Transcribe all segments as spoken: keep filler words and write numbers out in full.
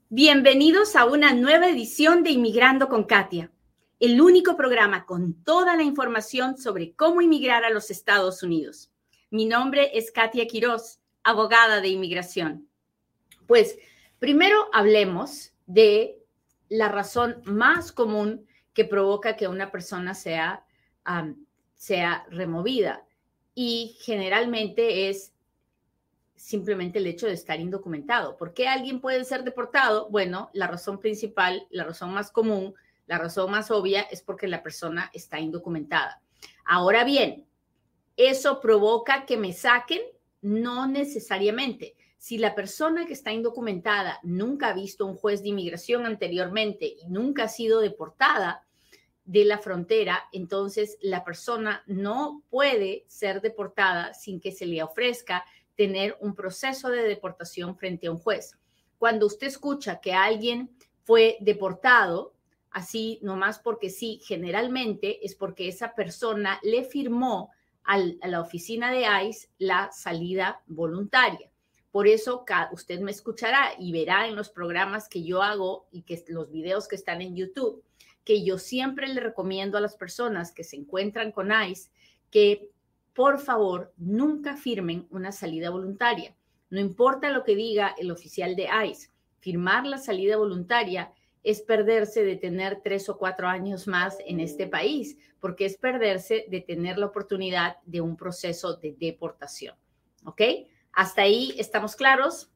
Bienvenidos a una nueva edición de Inmigrando con Katia, el único programa con toda la información sobre cómo inmigrar a los Estados Unidos. Mi nombre es Katia Quiroz, abogada de inmigración. Pues primero hablemos de la razón más común que provoca que una persona sea, um, sea removida, y generalmente es simplemente el hecho de estar indocumentado. ¿Por qué alguien puede ser deportado? Bueno, la razón principal, la razón más común, la razón más obvia es porque la persona está indocumentada. Ahora bien, ¿eso provoca que me saquen? No necesariamente. Si la persona que está indocumentada nunca ha visto un juez de inmigración anteriormente y nunca ha sido deportada de la frontera, entonces la persona no puede ser deportada sin que se le ofrezca tener un proceso de deportación frente a un juez. Cuando usted escucha que alguien fue deportado, así nomás porque sí, generalmente es porque esa persona le firmó al, a la oficina de ICE la salida voluntaria. Por eso usted me escuchará y verá en los programas que yo hago y que los videos que están en YouTube, que yo siempre le recomiendo a las personas que se encuentran con ICE que por favor nunca firmen una salida voluntaria. No importa lo que diga el oficial de ICE, firmar la salida voluntaria es perderse de tener tres o cuatro años más en este país, porque es perderse de tener la oportunidad de un proceso de deportación. ¿Ok? ¿Hasta ahí estamos claros?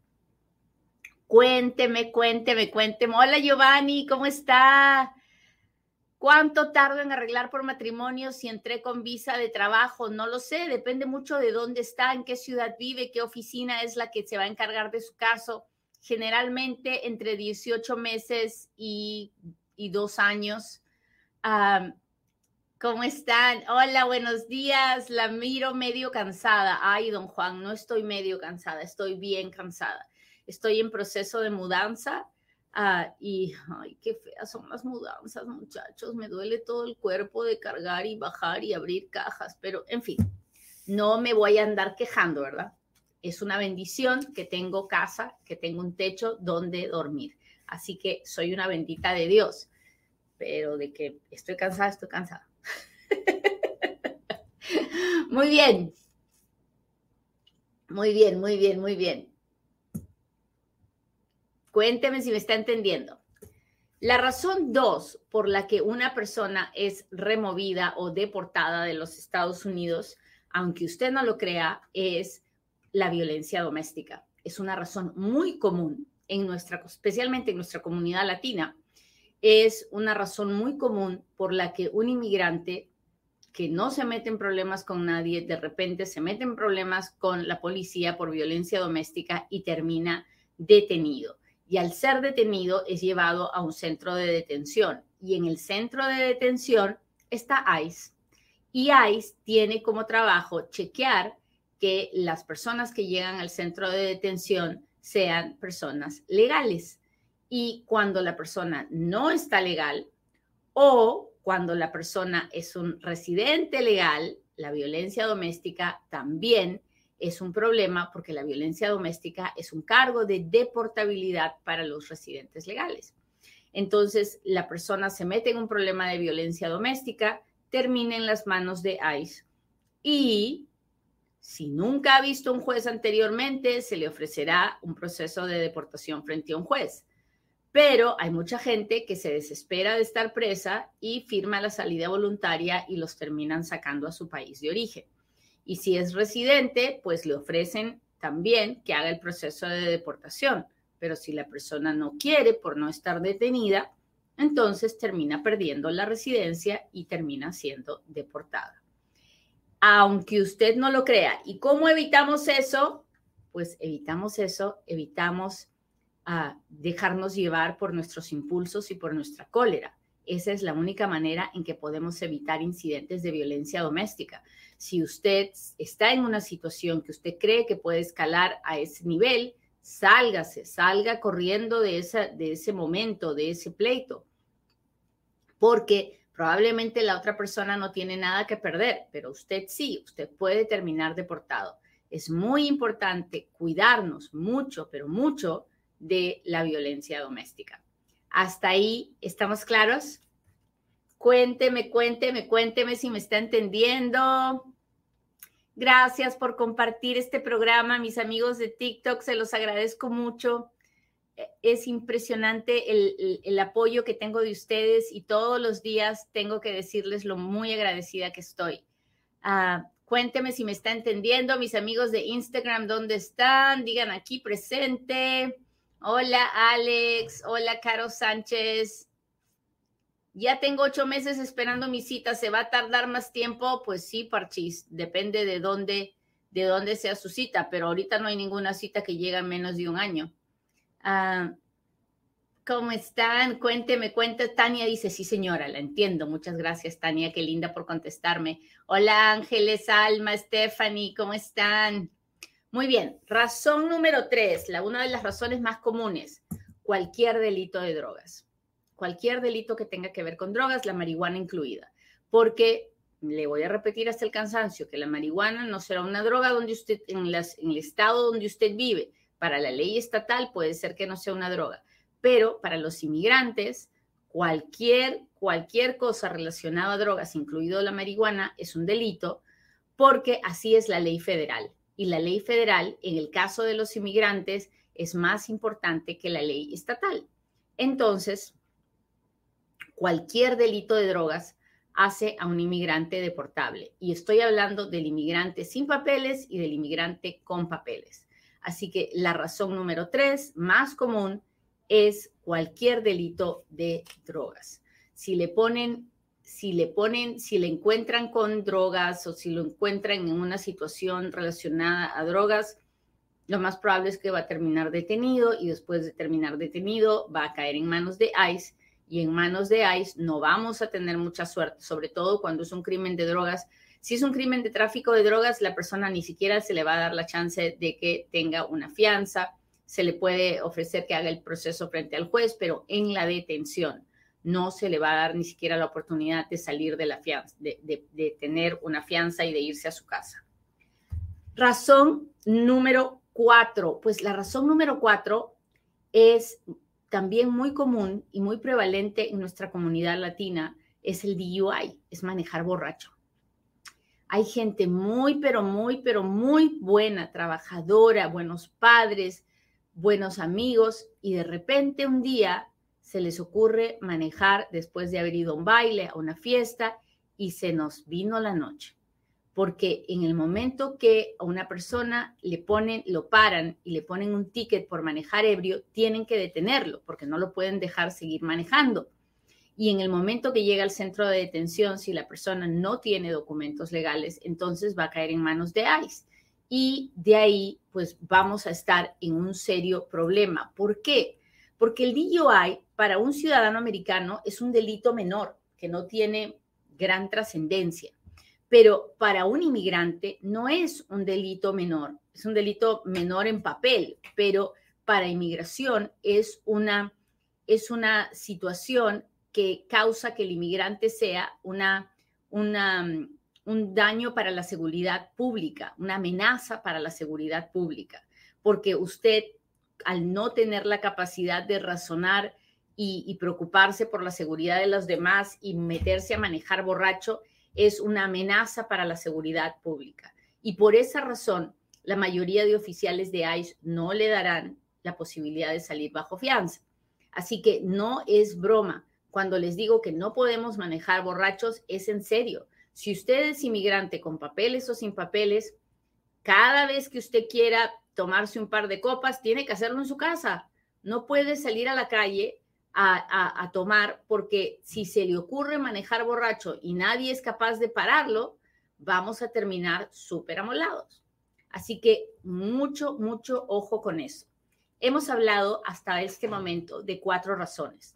Cuénteme, cuénteme, cuénteme. Hola Giovanni, ¿cómo está? ¿Cuánto tardo en arreglar por matrimonio si entré con visa de trabajo? No lo sé, depende mucho de dónde está, en qué ciudad vive, qué oficina es la que se va a encargar de su caso. Generalmente entre dieciocho meses y, y dos años. Um, ¿Cómo están? Hola, buenos días. La miro medio cansada. Ay, don Juan, no estoy medio cansada, estoy bien cansada. Estoy en proceso de mudanza. Uh, y, ay, qué feas son las mudanzas, muchachos. Me duele todo el cuerpo de cargar y bajar y abrir cajas. Pero, en fin, no me voy a andar quejando, ¿verdad? Es una bendición que tengo casa, que tengo un techo donde dormir. Así que soy una bendita de Dios. Pero de que estoy cansada, estoy cansada. Muy bien. Muy bien, muy bien, muy bien. Cuénteme si me está entendiendo. La razón dos por la que una persona es removida o deportada de los Estados Unidos, aunque usted no lo crea, es la violencia doméstica. Es una razón muy común, en nuestra, especialmente en nuestra comunidad latina. Es una razón muy común por la que un inmigrante que no se mete en problemas con nadie, de repente se mete en problemas con la policía por violencia doméstica y termina detenido. Y al ser detenido es llevado a un centro de detención. Y en el centro de detención está ICE. Y ICE tiene como trabajo chequear que las personas que llegan al centro de detención sean personas legales. Y cuando la persona no está legal o cuando la persona es un residente legal, la violencia doméstica también es un problema porque la violencia doméstica es un cargo de deportabilidad para los residentes legales. Entonces, la persona se mete en un problema de violencia doméstica, termina en las manos de ICE y si nunca ha visto un juez anteriormente, se le ofrecerá un proceso de deportación frente a un juez. Pero hay mucha gente que se desespera de estar presa y firma la salida voluntaria y los terminan sacando a su país de origen. Y si es residente, pues le ofrecen también que haga el proceso de deportación. Pero si la persona no quiere por no estar detenida, entonces termina perdiendo la residencia y termina siendo deportada. Aunque usted no lo crea. ¿Y cómo evitamos eso? Pues evitamos eso, evitamos a dejarnos llevar por nuestros impulsos y por nuestra cólera. Esa es la única manera en que podemos evitar incidentes de violencia doméstica. Si usted está en una situación que usted cree que puede escalar a ese nivel, sálgase, salga corriendo de, esa, de ese momento, de ese pleito, porque probablemente la otra persona no tiene nada que perder, pero usted sí, usted puede terminar deportado. Es muy importante cuidarnos mucho, pero mucho, de la violencia doméstica. ¿Hasta ahí estamos claros? Cuénteme, cuénteme, cuénteme si me está entendiendo. Gracias por compartir este programa, mis amigos de TikTok, se los agradezco mucho. Es impresionante el, el, el apoyo que tengo de ustedes y todos los días tengo que decirles lo muy agradecida que estoy. Uh, cuénteme si me está entendiendo, mis amigos de Instagram, ¿dónde están? Digan aquí presente. Hola, Alex. Hola, Caro Sánchez. Ya tengo ocho meses esperando mi cita. ¿Se va a tardar más tiempo? Pues sí, Parchís. Depende de dónde, de dónde sea su cita, pero ahorita no hay ninguna cita que llegue en menos de un año. Uh, ¿Cómo están? Cuénteme, cuenta. Tania dice, sí, señora, la entiendo. Muchas gracias, Tania. Qué linda por contestarme. Hola, Ángeles, Alma, Stephanie, ¿cómo están? Muy bien. Razón número tres, la, una de las razones más comunes, cualquier delito de drogas. Cualquier delito que tenga que ver con drogas, la marihuana incluida. Porque, le voy a repetir hasta el cansancio, que la marihuana no será una droga donde usted, en, las, en el estado donde usted vive. Para la ley estatal puede ser que no sea una droga. Pero para los inmigrantes, cualquier, cualquier cosa relacionada a drogas, incluido la marihuana, es un delito, porque así es la ley federal. Y la ley federal, en el caso de los inmigrantes, es más importante que la ley estatal. Entonces, cualquier delito de drogas hace a un inmigrante deportable. Y estoy hablando del inmigrante sin papeles y del inmigrante con papeles. Así que la razón número tres, más común, es cualquier delito de drogas. Si le ponen, si le ponen, si le encuentran con drogas o si lo encuentran en una situación relacionada a drogas, lo más probable es que va a terminar detenido y después de terminar detenido va a caer en manos de ICE y en manos de ICE no vamos a tener mucha suerte, sobre todo cuando es un crimen de drogas. Si es un crimen de tráfico de drogas, la persona ni siquiera se le va a dar la chance de que tenga una fianza. Se le puede ofrecer que haga el proceso frente al juez, pero en la detención no se le va a dar ni siquiera la oportunidad de salir de la fianza, de, de, de tener una fianza y de irse a su casa. Razón número cuatro. Pues la razón número cuatro es también muy común y muy prevalente en nuestra comunidad latina, es el D U I, es manejar borracho. Hay gente muy, pero muy, pero muy buena, trabajadora, buenos padres, buenos amigos, y de repente un día se les ocurre manejar después de haber ido a un baile, a una fiesta, y se nos vino la noche. Porque en el momento que a una persona le ponen, lo paran y le ponen un ticket por manejar ebrio, tienen que detenerlo porque no lo pueden dejar seguir manejando. Y en el momento que llega al centro de detención, si la persona no tiene documentos legales, entonces va a caer en manos de ICE. Y de ahí, pues vamos a estar en un serio problema. ¿Por qué? Porque el D U I para un ciudadano americano es un delito menor que no tiene gran trascendencia. Pero para un inmigrante no es un delito menor, es un delito menor en papel, pero para inmigración es una, es una situación que causa que el inmigrante sea una, una, un daño para la seguridad pública, una amenaza para la seguridad pública, porque usted, al no tener la capacidad de razonar y, y preocuparse por la seguridad de los demás y meterse a manejar borracho, es una amenaza para la seguridad pública. Y por esa razón, la mayoría de oficiales de ICE no le darán la posibilidad de salir bajo fianza. Así que no es broma. Cuando les digo que no podemos manejar borrachos, es en serio. Si usted es inmigrante con papeles o sin papeles, cada vez que usted quiera tomarse un par de copas, tiene que hacerlo en su casa. No puede salir a la calle A, a, a tomar, porque si se le ocurre manejar borracho y nadie es capaz de pararlo, vamos a terminar súper amolados. Así que mucho, mucho ojo con eso. Hemos hablado hasta este momento de cuatro razones.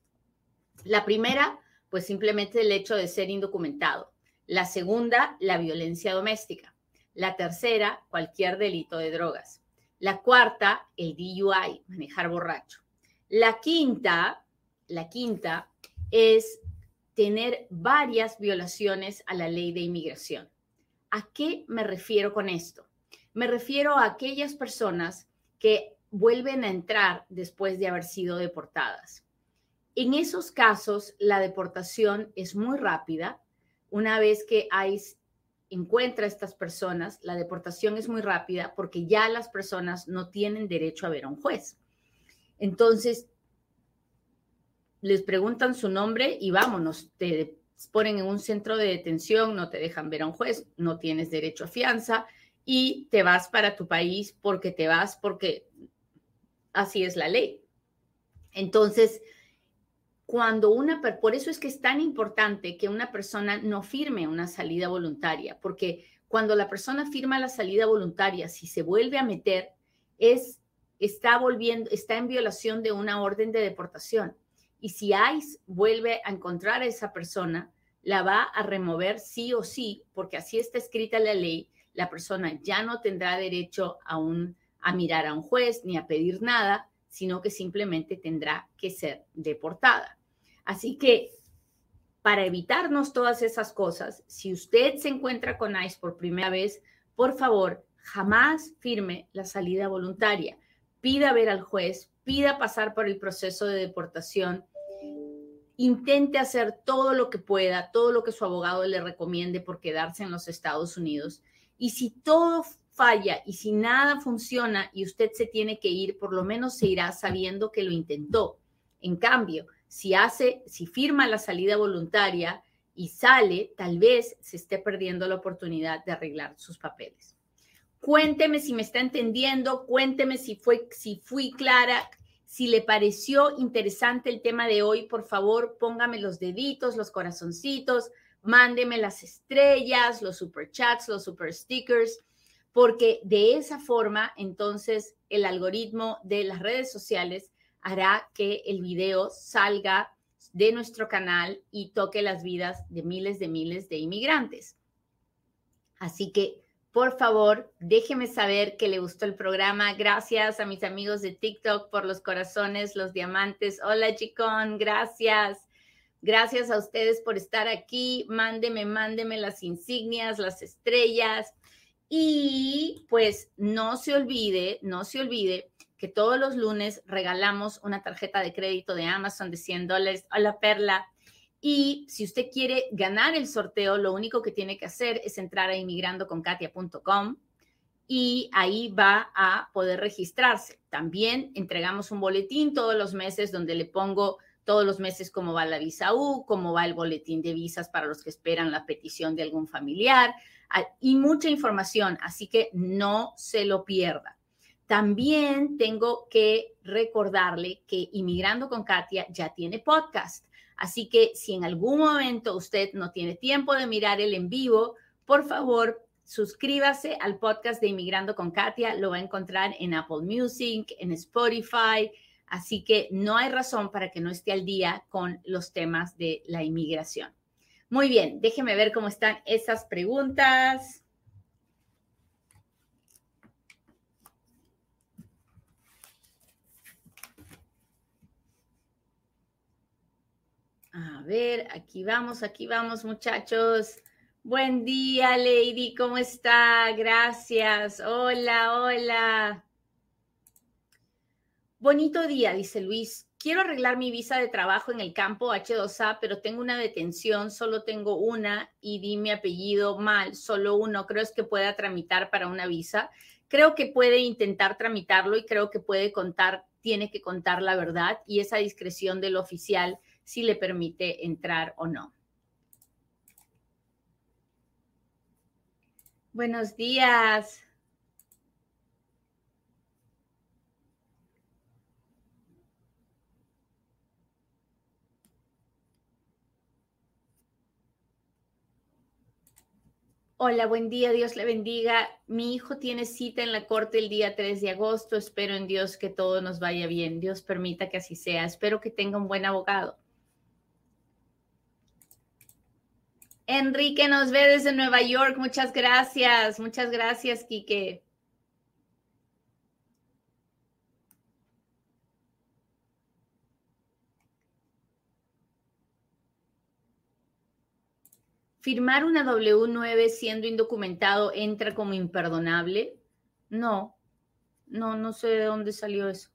La primera, pues simplemente el hecho de ser indocumentado. La segunda, la violencia doméstica. La tercera, cualquier delito de drogas. La cuarta, el D U I, manejar borracho. La quinta, La quinta es tener varias violaciones a la ley de inmigración. ¿A qué me refiero con esto? Me refiero a aquellas personas que vuelven a entrar después de haber sido deportadas. En esos casos, la deportación es muy rápida. Una vez que ICE encuentra a estas personas, la deportación es muy rápida porque ya las personas no tienen derecho a ver a un juez. Entonces, les preguntan su nombre y vámonos, te ponen en un centro de detención, no te dejan ver a un juez, no tienes derecho a fianza y te vas para tu país porque te vas porque así es la ley. Entonces, cuando una, por eso es que es tan importante que una persona no firme una salida voluntaria, porque cuando la persona firma la salida voluntaria, si se vuelve a meter, es, está volviendo, está en violación de una orden de deportación. Y si ICE vuelve a encontrar a esa persona, la va a remover sí o sí, porque así está escrita la ley. La persona ya no tendrá derecho a, un, a mirar a un juez ni a pedir nada, sino que simplemente tendrá que ser deportada. Así que para evitarnos todas esas cosas, si usted se encuentra con ICE por primera vez, por favor, jamás firme la salida voluntaria. Pida ver al juez, pida pasar por el proceso de deportación, intente hacer todo lo que pueda, todo lo que su abogado le recomiende por quedarse en los Estados Unidos. Y si todo falla y si nada funciona y usted se tiene que ir, por lo menos se irá sabiendo que lo intentó. En cambio, si hace, si firma la salida voluntaria y sale, tal vez se esté perdiendo la oportunidad de arreglar sus papeles. Cuénteme si me está entendiendo, cuénteme si fue, si fui clara. Si le pareció interesante el tema de hoy, por favor, póngame los deditos, los corazoncitos, mándeme las estrellas, los super chats, los super stickers, porque de esa forma, entonces, el algoritmo de las redes sociales hará que el video salga de nuestro canal y toque las vidas de miles de miles de inmigrantes. Así que, por favor, déjeme saber que le gustó el programa. Gracias a mis amigos de TikTok por los corazones, los diamantes. Hola, Chicón, gracias. Gracias a ustedes por estar aquí. Mándeme, mándeme las insignias, las estrellas. Y pues no se olvide, no se olvide que todos los lunes regalamos una tarjeta de crédito de Amazon de cien dólares. Hola, Perla. Y si usted quiere ganar el sorteo, lo único que tiene que hacer es entrar a inmigrando con katia punto com y ahí va a poder registrarse. También entregamos un boletín todos los meses donde le pongo todos los meses cómo va la visa U, cómo va el boletín de visas para los que esperan la petición de algún familiar y mucha información, así que no se lo pierda. También tengo que recordarle que Inmigrando con Katia ya tiene podcast. Así que si en algún momento usted no tiene tiempo de mirar el en vivo, por favor, suscríbase al podcast de Inmigrando con Katia. Lo va a encontrar en Apple Music, en Spotify. Así que no hay razón para que no esté al día con los temas de la inmigración. Muy bien, déjeme ver cómo están esas preguntas. A ver, aquí vamos, aquí vamos, muchachos. Buen día, Lady, ¿cómo está? Gracias. Hola, hola. Bonito día, dice Luis. Quiero arreglar mi visa de trabajo en el campo hache dos a, pero tengo una detención, solo tengo una y di mi apellido mal, solo uno. ¿Crees que pueda tramitar para una visa? Creo que puede intentar tramitarlo y creo que puede contar, tiene que contar la verdad y esa discreción del oficial si le permite entrar o no. Buenos días. Hola, buen día, Dios le bendiga. Mi hijo tiene cita en la corte el día tres de agosto. Espero en Dios que todo nos vaya bien. Dios permita que así sea. Espero que tenga un buen abogado. Enrique nos ve desde Nueva York. Muchas gracias. Muchas gracias, Quique. ¿Firmar una doble u nueve siendo indocumentado entra como imperdonable? No. No, no sé de dónde salió eso.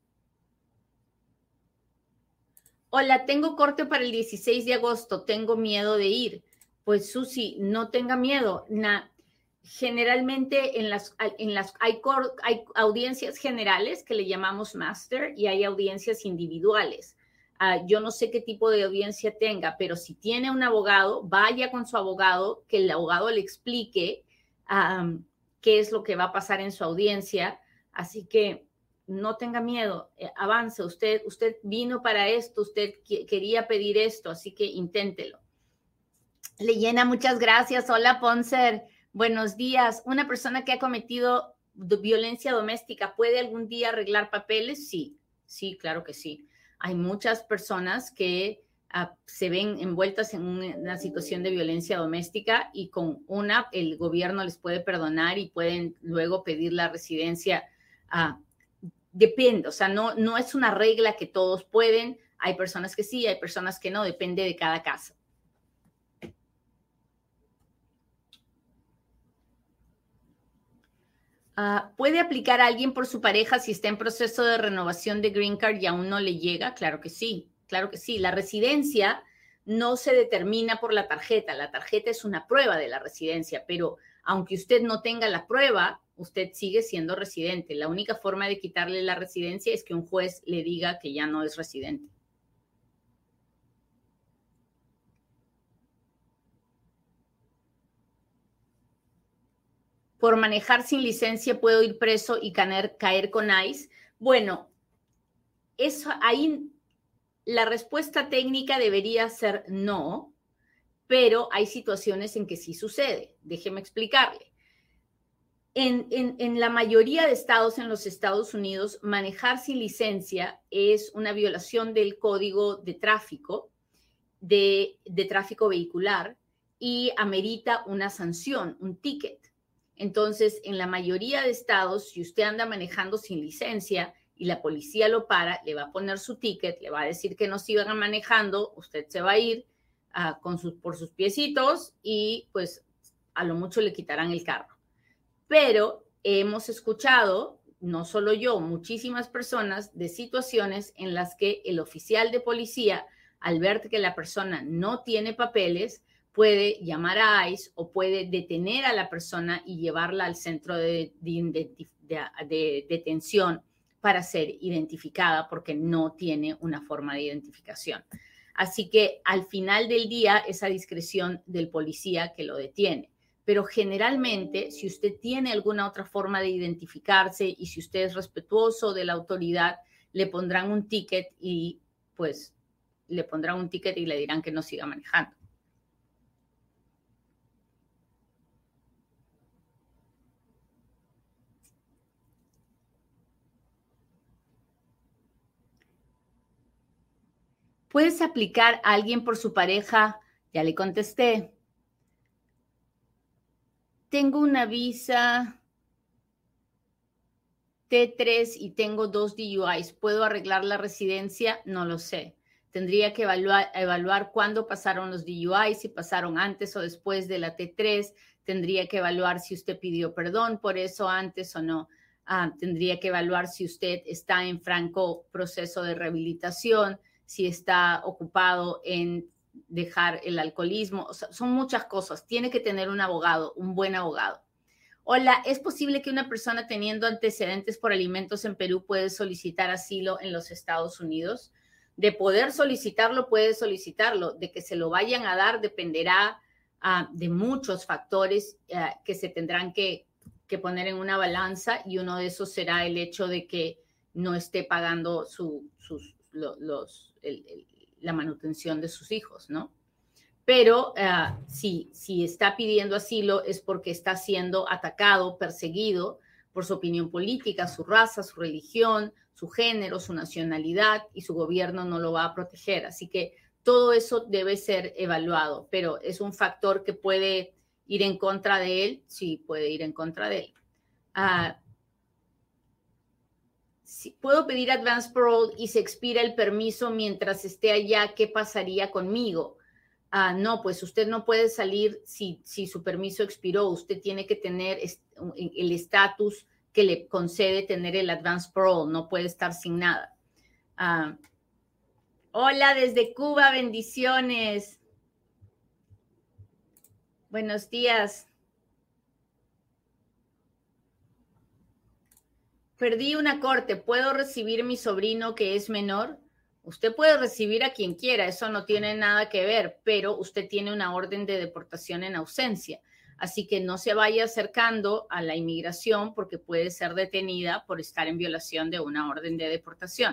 Hola, tengo corte para el dieciséis de agosto, tengo miedo de ir. Pues Susi, no tenga miedo. Na, generalmente en las, en las hay, cor, hay audiencias generales que le llamamos master y hay audiencias individuales. Uh, yo no sé qué tipo de audiencia tenga, pero si tiene un abogado, vaya con su abogado, que el abogado le explique um, qué es lo que va a pasar en su audiencia. Así que no tenga miedo, eh, avance. Usted, usted vino para esto, usted que, quería pedir esto, así que inténtelo. Leyena, muchas gracias. Hola, Poncer. Buenos días. ¿Una persona que ha cometido violencia doméstica puede algún día arreglar papeles? Sí, sí, claro que sí. Hay muchas personas que uh, se ven envueltas en una situación de violencia doméstica y con una el gobierno les puede perdonar y pueden luego pedir la residencia. Uh, depende, o sea, no, no es una regla que todos pueden. Hay personas que sí, hay personas que no, depende de cada caso. Uh, ¿Puede aplicar a alguien por su pareja si está en proceso de renovación de Green Card y aún no le llega? Claro que sí, claro que sí. La residencia no se determina por la tarjeta. La tarjeta es una prueba de la residencia, pero aunque usted no tenga la prueba, usted sigue siendo residente. La única forma de quitarle la residencia es que un juez le diga que ya no es residente. Por manejar sin licencia puedo ir preso y caer, caer con ICE. Bueno, eso ahí la respuesta técnica debería ser no, pero hay situaciones en que sí sucede. Déjeme explicarle. En, en, en la mayoría de estados en los Estados Unidos, manejar sin licencia es una violación del código de tráfico, de, de tráfico vehicular, y amerita una sanción, un ticket. Entonces, en la mayoría de estados, si usted anda manejando sin licencia y la policía lo para, le va a poner su ticket, le va a decir que no sigan manejando, usted se va a ir uh, con sus, por sus piecitos y pues a lo mucho le quitarán el carro. Pero hemos escuchado, no solo yo, muchísimas personas de situaciones en las que el oficial de policía, al ver que la persona no tiene papeles, puede llamar a ICE o puede detener a la persona y llevarla al centro de, de, de, de detención para ser identificada porque no tiene una forma de identificación. Así que al final del día es a discreción del policía que lo detiene. Pero generalmente, si usted tiene alguna otra forma de identificarse y si usted es respetuoso de la autoridad, le pondrán un ticket y pues le pondrán un ticket y le dirán que no siga manejando. ¿Puedes aplicar a alguien por su pareja? Ya le contesté. Tengo una visa T tres y tengo dos D U Is. ¿Puedo arreglar la residencia? No lo sé. Tendría que evaluar, evaluar cuándo pasaron los D U Is, si pasaron antes o después de la T tres. Tendría que evaluar si usted pidió perdón por eso antes o no. Ah, tendría que evaluar si usted está en franco proceso de rehabilitación, si está ocupado en dejar el alcoholismo. O sea, son muchas cosas. Tiene que tener un abogado, un buen abogado. Hola, ¿es posible que una persona teniendo antecedentes por alimentos en Perú puede solicitar asilo en los Estados Unidos? De poder solicitarlo, puede solicitarlo. De que se lo vayan a dar dependerá uh, de muchos factores uh, que se tendrán que, que poner en una balanza y uno de esos será el hecho de que no esté pagando su, sus, los, los, el, el, la manutención de sus hijos, ¿no? Pero uh, si, si está pidiendo asilo es porque está siendo atacado, perseguido por su opinión política, su raza, su religión, su género, su nacionalidad, y su gobierno no lo va a proteger. Así que todo eso debe ser evaluado, pero es un factor que puede ir en contra de él, sí, puede ir en contra de él. Uh, si puedo pedir advance parole y se expira el permiso mientras esté allá, ¿qué pasaría conmigo? Ah, no, pues usted no puede salir si, si su permiso expiró. Usted tiene que tener el estatus que le concede tener el advance parole, no puede estar sin nada. Uh, hola desde Cuba, bendiciones. Buenos días. Perdí una corte, ¿puedo recibir a mi sobrino que es menor? Usted puede recibir a quien quiera, eso no tiene nada que ver, pero usted tiene una orden de deportación en ausencia. Así que no se vaya acercando a la inmigración porque puede ser detenida por estar en violación de una orden de deportación.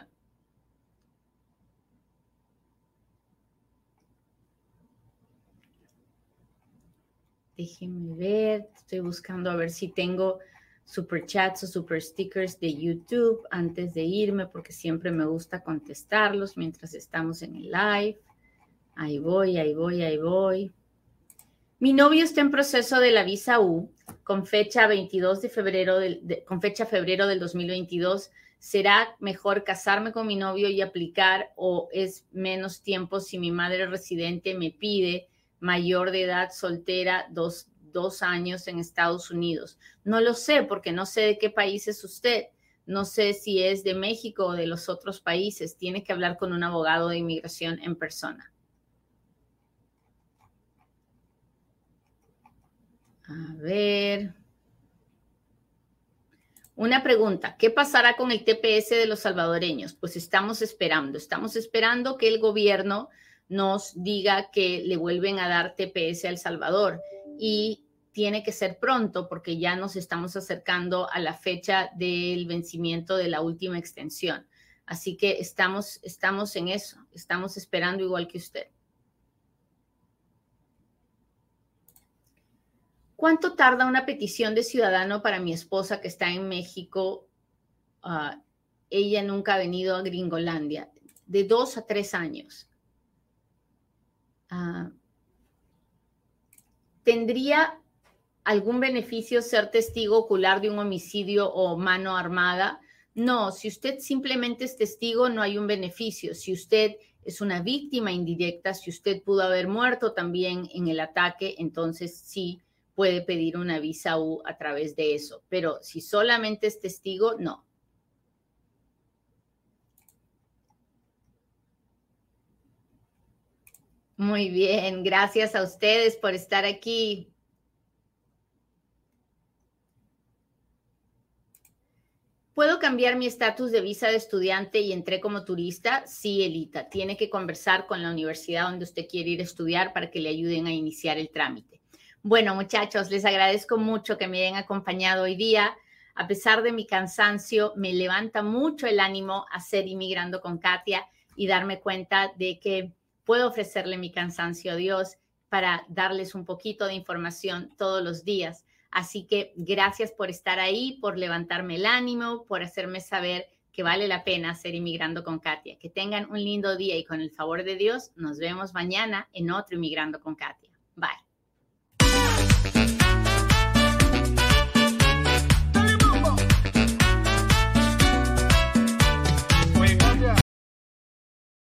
Déjenme ver, estoy buscando a ver si tengo super chats o super stickers de YouTube antes de irme porque siempre me gusta contestarlos mientras estamos en el live. Ahí voy, ahí voy, ahí voy. Mi novio está en proceso de la visa U con fecha veintidós de febrero del, de, con fecha febrero del dos mil veintidós. ¿Será mejor casarme con mi novio y aplicar o es menos tiempo si mi madre residente me pide mayor de edad, soltera, dos, dos años en Estados Unidos? No lo sé porque no sé de qué país es usted. No sé si es de México o de los otros países. Tiene que hablar con un abogado de inmigración en persona. A ver. Una pregunta, ¿qué pasará con el T P S de los salvadoreños? Pues estamos esperando, estamos esperando que el gobierno nos diga que le vuelven a dar T P S a El Salvador y tiene que ser pronto porque ya nos estamos acercando a la fecha del vencimiento de la última extensión. Así que estamos, estamos en eso, estamos esperando igual que usted. ¿Cuánto tarda una petición de ciudadano para mi esposa que está en México? Uh, ella nunca ha venido a Gringolandia. De dos a tres años. Uh, ¿Tendría algún beneficio ser testigo ocular de un homicidio o mano armada? No, si usted simplemente es testigo, no hay un beneficio. Si usted es una víctima indirecta, si usted pudo haber muerto también en el ataque, entonces sí puede pedir una visa U a través de eso. Pero si solamente es testigo, no. Muy bien, gracias a ustedes por estar aquí. ¿Puedo cambiar mi estatus de visa de estudiante y entré como turista? Sí, Elita. Tiene que conversar con la universidad donde usted quiere ir a estudiar para que le ayuden a iniciar el trámite. Bueno, muchachos, les agradezco mucho que me hayan acompañado hoy día. A pesar de mi cansancio, me levanta mucho el ánimo hacer Inmigrando con Katia y darme cuenta de que puedo ofrecerle mi cansancio a Dios para darles un poquito de información todos los días. Así que gracias por estar ahí, por levantarme el ánimo, por hacerme saber que vale la pena hacer Inmigrando con Katia. Que tengan un lindo día y con el favor de Dios nos vemos mañana en otro Inmigrando con Katia. Bye.